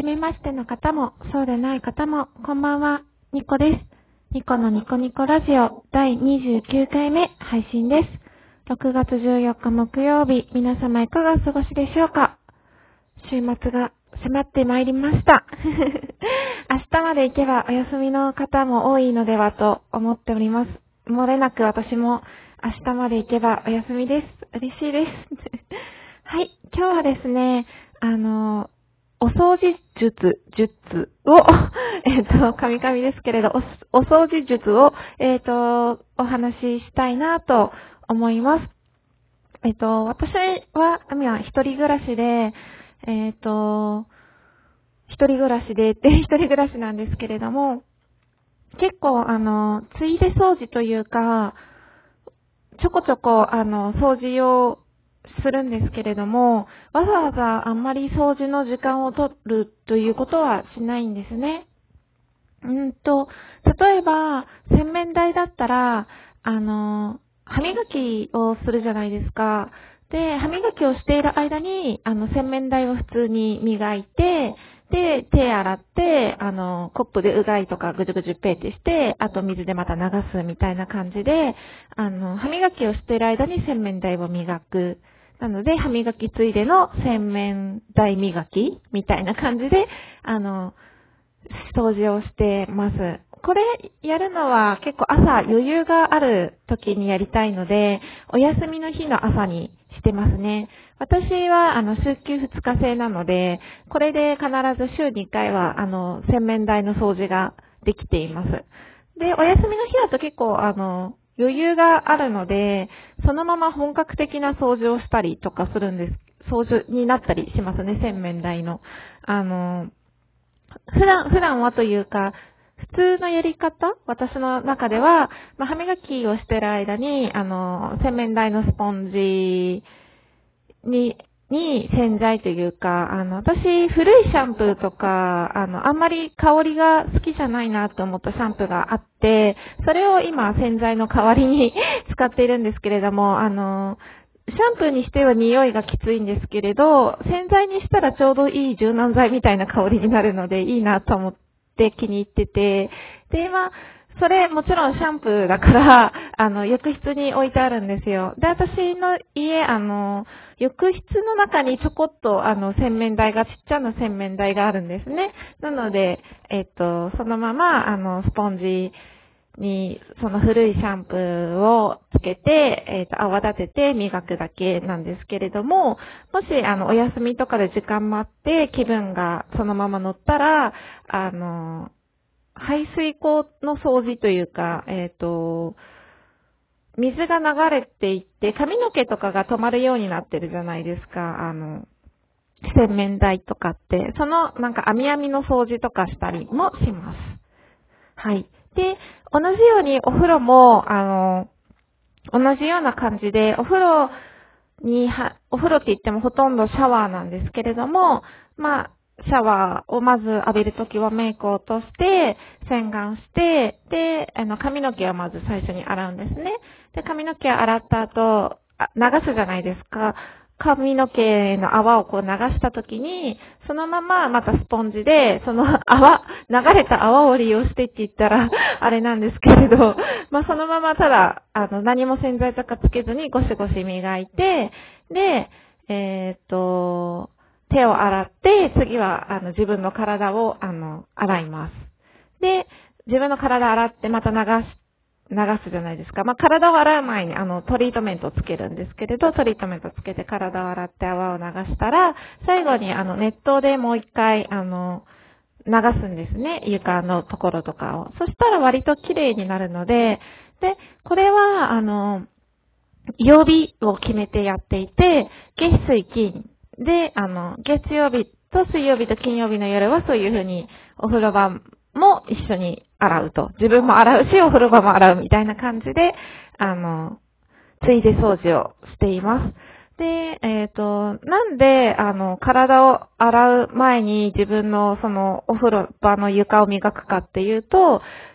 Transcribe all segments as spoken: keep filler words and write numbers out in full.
めましての方も、そうでない方も、こんばんは、ニコです。ニコのニコニコラジオだいにじゅうきゅうかいめ配信です。ろくがつじゅうよっか木曜日、皆様いかがお過ごしでしょうか。週末が迫ってまいりました。明日まで行けばお休みの方も多いのではと思っております。漏れなく私も明日まで行けばお休みです。嬉しいです。はい、今日はですね、あの、お掃除術、術を、えっと、神々ですけれど、お、お掃除術を、えっと、お話ししたいなと思います。えっと、私は、今、一人暮らしで、えっと、一人暮らしでって、一人暮らしなんですけれども、結構、あの、ついで掃除というか、ちょこちょこ、あの、掃除をするんですけれども、わざわざあんまり掃除の時間を取るということはしないんですね。うんと、例えば、洗面台だったら、あの、歯磨きをするじゃないですか。で、歯磨きをしている間に、あの、洗面台を普通に磨いて、で、手洗って、あの、コップでうがいとかぐじゅぐじゅペーってして、あと水でまた流すみたいな感じで、あの、歯磨きをしている間に洗面台を磨く。なので、歯磨きついでの洗面台磨きみたいな感じで、あの、掃除をしてます。これやるのは結構朝余裕がある時にやりたいので、お休みの日の朝にしてますね。私はあの週休ふつか制なので、これで必ず週にかいはあの洗面台の掃除ができています。で、お休みの日だと結構あの余裕があるので、そのまま本格的な掃除をしたりとかするんです。掃除になったりしますね、洗面台の。あの、普段、普段はというか、普通のやり方、私の中では、まあ、歯磨きをしている間に、あの、洗面台のスポンジに、に洗剤というか、あの、私、古いシャンプーとか、あの、あんまり香りが好きじゃないなと思ったシャンプーがあって、それを今、洗剤の代わりに使っているんですけれども、あの、シャンプーにしては匂いがきついんですけれど、洗剤にしたらちょうどいい柔軟剤みたいな香りになるのでいいなと思って気に入ってて、で、まあ、それもちろんシャンプーだから、あの、浴室に置いてあるんですよ。で、私の家、あの、浴室の中にちょこっと、あの、洗面台が、ちっちゃな洗面台があるんですね。なので、えっと、そのまま、あの、スポンジ、に、その古いシャンプーをつけて、えっと、泡立てて磨くだけなんですけれども、もし、あの、お休みとかで時間もあって、気分がそのまま乗ったら、あの、排水口の掃除というか、えっと、水が流れていって、髪の毛とかが止まるようになってるじゃないですか、あの、洗面台とかって、その、なんか、網網の掃除とかしたりもします。はい。で、同じようにお風呂も、あの、同じような感じで、お風呂には、お風呂って言ってもほとんどシャワーなんですけれども、まあ、シャワーをまず浴びるときはメイクを落として、洗顔して、で、あの、髪の毛をまず最初に洗うんですね。で、髪の毛を洗った後、流すじゃないですか。髪の毛の泡をこう流したときに、そのまままたスポンジで、その泡、流れた泡を利用してって言ったら、あれなんですけれど、まあそのままただ、あの、何も洗剤とかつけずにゴシゴシ磨いて、で、えーっと、手を洗って、次は、あの、自分の体を、あの、洗います。で、自分の体洗ってまた流し流すじゃないですか。まあ、体を洗う前に、あの、トリートメントをつけるんですけれど、トリートメントをつけて体を洗って泡を流したら、最後に、あの、熱湯でもう一回、あの、流すんですね。床のところとかを。そしたら割と綺麗になるので、で、これは、あの、曜日を決めてやっていて、月水金で、あの、月曜日と水曜日と金曜日の夜はそういうふうにお風呂場も一緒に洗うと。自分も洗うし、お風呂場も洗うみたいな感じで、あの、ついで掃除をしています。で、えっと、なんで、あの、体を洗う前に自分のそのお風呂場の床を磨くかっていうと、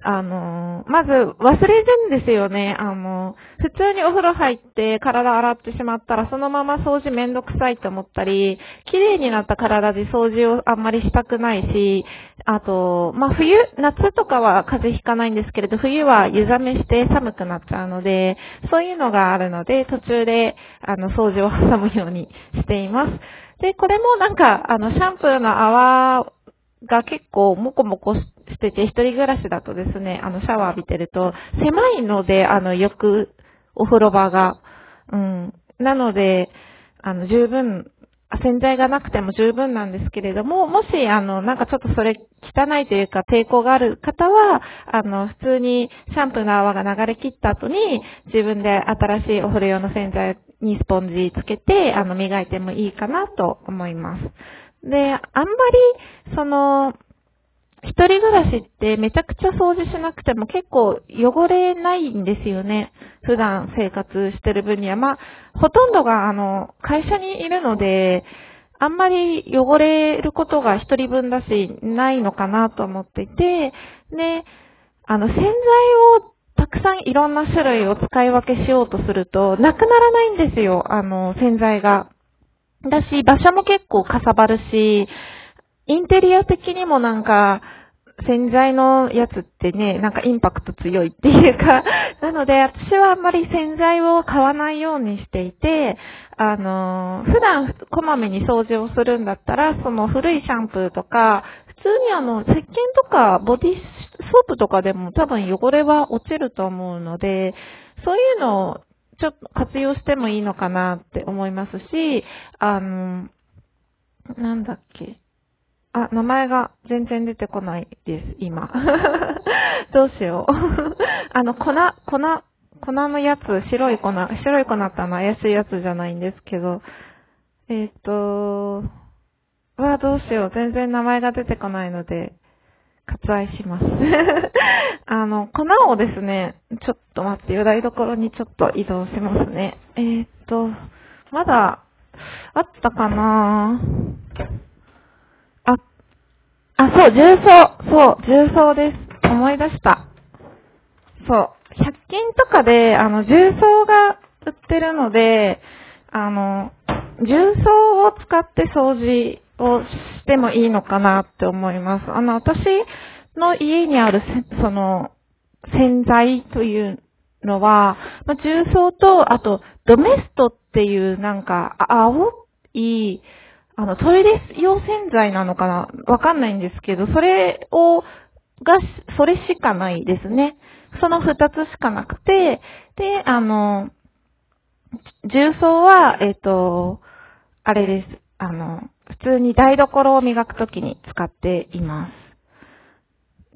あの、まず忘れるんですよね。あの、普通にお風呂入って体洗ってしまったらそのまま掃除めんどくさいと思ったり、綺麗になった体で掃除をあんまりしたくないし、あと、まあ、冬、夏とかは風邪ひかないんですけれど、冬は湯冷めして寒くなっちゃうので、そういうのがあるので、途中で、あの、掃除を挟むようにしています。で、これもなんか、あの、シャンプーの泡が結構モコモコしてて、一人暮らしだとですね、あの、シャワー浴びてると、狭いので、あの、よく、お風呂場が。うん。なので、あの、十分、洗剤がなくても十分なんですけれども、もし、あの、なんかちょっとそれ汚いというか抵抗がある方は、あの、普通にシャンプーの泡が流れ切った後に、自分で新しいお風呂用の洗剤にスポンジつけて、あの、磨いてもいいかなと思います。で、あんまり、その、一人暮らしってめちゃくちゃ掃除しなくても結構汚れないんですよね。普段生活してる分には。まあ、ほとんどがあの、会社にいるので、あんまり汚れることが一人分だし、ないのかなと思っていて、で、あの、洗剤をたくさんいろんな種類を使い分けしようとすると、なくならないんですよ、あの、洗剤が。だし、場所も結構かさばるし、インテリア的にもなんか、洗剤のやつってね、なんかインパクト強いっていうか、なので私はあんまり洗剤を買わないようにしていて、あの、普段こまめに掃除をするんだったら、その古いシャンプーとか、普通にあの、石鹸とかボディソープとかでも多分汚れは落ちると思うので、そういうのをちょっと活用してもいいのかなって思いますし、あの、なんだっけ。あ、名前が全然出てこないです、今。どうしよう。あの、粉、粉、粉のやつ、白い粉、白い粉ってあの怪しいやつじゃないんですけど、えっと、うわ、どうしよう。全然名前が出てこないので、割愛します。あの、粉をですね、ちょっと待って、よ台所にちょっと移動しますね。えっと、まだ、あったかなあ、あ、そう、重曹。そう、重曹です。思い出した。そう。ひゃく均とかで、あの、重曹が売ってるので、あの、重曹を使って掃除をしてもいいのかなって思います。あの、私の家にあるせ、その、洗剤というのは、まあ、重曹と、あと、ドメストっていうなんか、あ青い、あの、トイレ用洗剤なのかなわかんないんですけど、それを、が、それしかないですね。その二つしかなくて、で、あの、重曹は、えっと、あれです。あの、普通に台所を磨くときに使っています。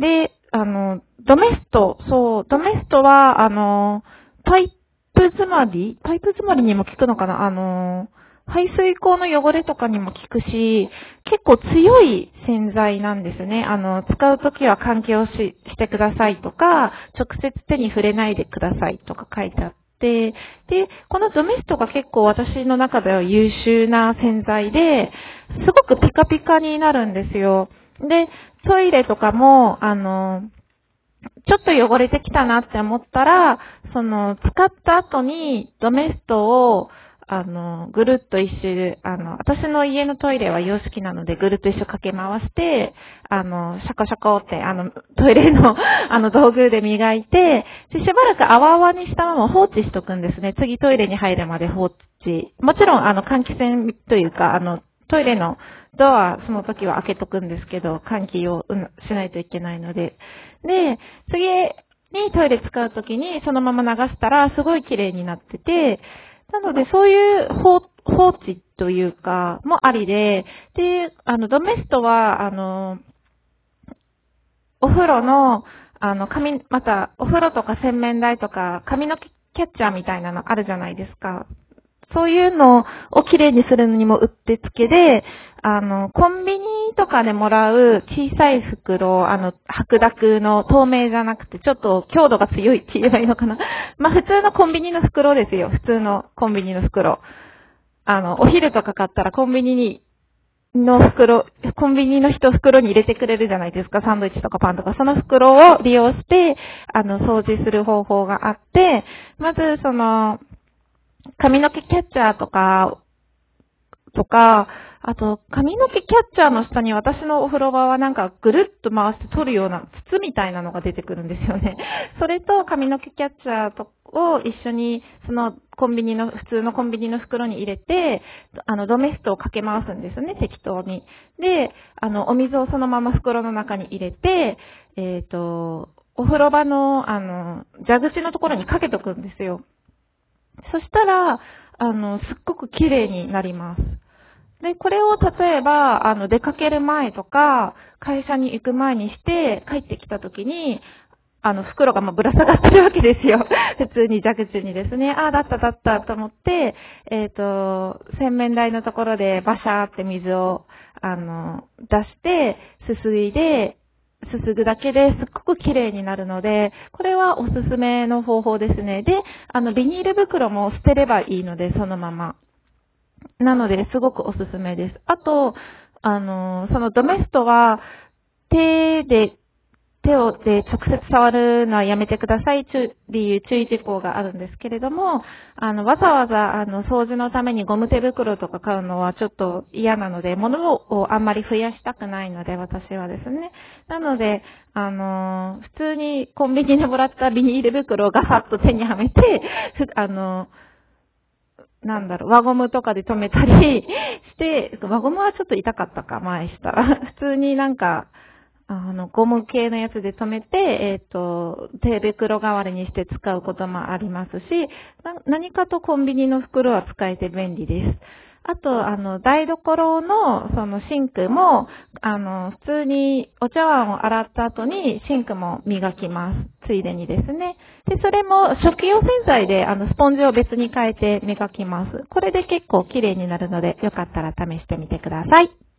で、あの、ドメスト、そう、ドメストは、あの、パイプ詰まりパイプ詰まりにも効くのかなあの、排水口の汚れとかにも効くし、結構強い洗剤なんですね。あの、使うときは換気をし、してくださいとか、直接手に触れないでくださいとか書いてあって、で、このドメストが結構私の中では優秀な洗剤で、すごくピカピカになるんですよ。で、トイレとかも、あの、ちょっと汚れてきたなって思ったら、その、使った後にドメストを、あの、ぐるっと一周、あの、私の家のトイレは洋式なので、ぐるっと一周かけ回して、あの、シャコシャコって、あの、トイレの、あの、道具で磨いて、で、しばらく泡々にしたまま放置しとくんですね。次トイレに入るまで放置。もちろん、あの、換気扇というか、あの、トイレのドア、その時は開けとくんですけど、換気をしないといけないので。で、次にトイレ使う時にそのまま流したらすごい綺麗になってて、なのでそういう放置というか、もありで、で、あの、ドメストは、あの、お風呂の、あの、髪、また、お風呂とか洗面台とか、髪のキャッチャーみたいなのあるじゃないですか。そういうのをきれいにするのにもうってつけで、あの、コンビニとかでもらう小さい袋、あの、白濁の透明じゃなくて、ちょっと強度が強いって言えばいいのかな。まあ、普通のコンビニの袋ですよ。普通のコンビニの袋。あの、お昼とか買ったらコンビニにの袋、コンビニの人袋に入れてくれるじゃないですか、サンドイッチとかパンとか、その袋を利用して、あの、掃除する方法があって、まず、その、髪の毛キャッチャーとか、とか、あと、髪の毛キャッチャーの下に私のお風呂場はなんかぐるっと回して取るような筒みたいなのが出てくるんですよね。それと髪の毛キャッチャーとを一緒に、そのコンビニの、普通のコンビニの袋に入れて、あの、ドメストをかけ回すんですね、適当に。で、あの、お水をそのまま袋の中に入れて、えっと、お風呂場の、あの、蛇口のところにかけとくんですよ。そしたら、あの、すっごく綺麗になります。で、これを例えば、あの、出かける前とか、会社に行く前にして、帰ってきた時に、あの、袋がもうぶら下がってるわけですよ。普通に蛇口にですね。ああ、だっただったと思って、えっと、洗面台のところでバシャーって水を、あの、出して、すすいで、すすぐだけですっごく綺麗になるので、これはおすすめの方法ですね。で、あの、ビニール袋も捨てればいいので、そのまま。なので、すごくおすすめです。あと、あの、そのドメストは、手で、手をで直接触るのはやめてくださいという注意事項があるんですけれども、あの、わざわざ、あの、掃除のためにゴム手袋とか買うのはちょっと嫌なので、物をあんまり増やしたくないので、私はですね。なので、あの、普通にコンビニでもらったビニール袋をガサッと手にはめて、あの、なんだろう、輪ゴムとかで留めたりして、輪ゴムはちょっと痛かったか、前したら。普通になんか、あの、ゴム系のやつで留めて、えっと、手袋代わりにして使うこともありますし、何かとコンビニの袋は使えて便利です。あと、あの、台所の、そのシンクも、あの、普通にお茶碗を洗った後にシンクも磨きます。ついでにですね。で、それも食器用洗剤で、あの、スポンジを別に変えて磨きます。これで結構綺麗になるので、よかったら試してみてください。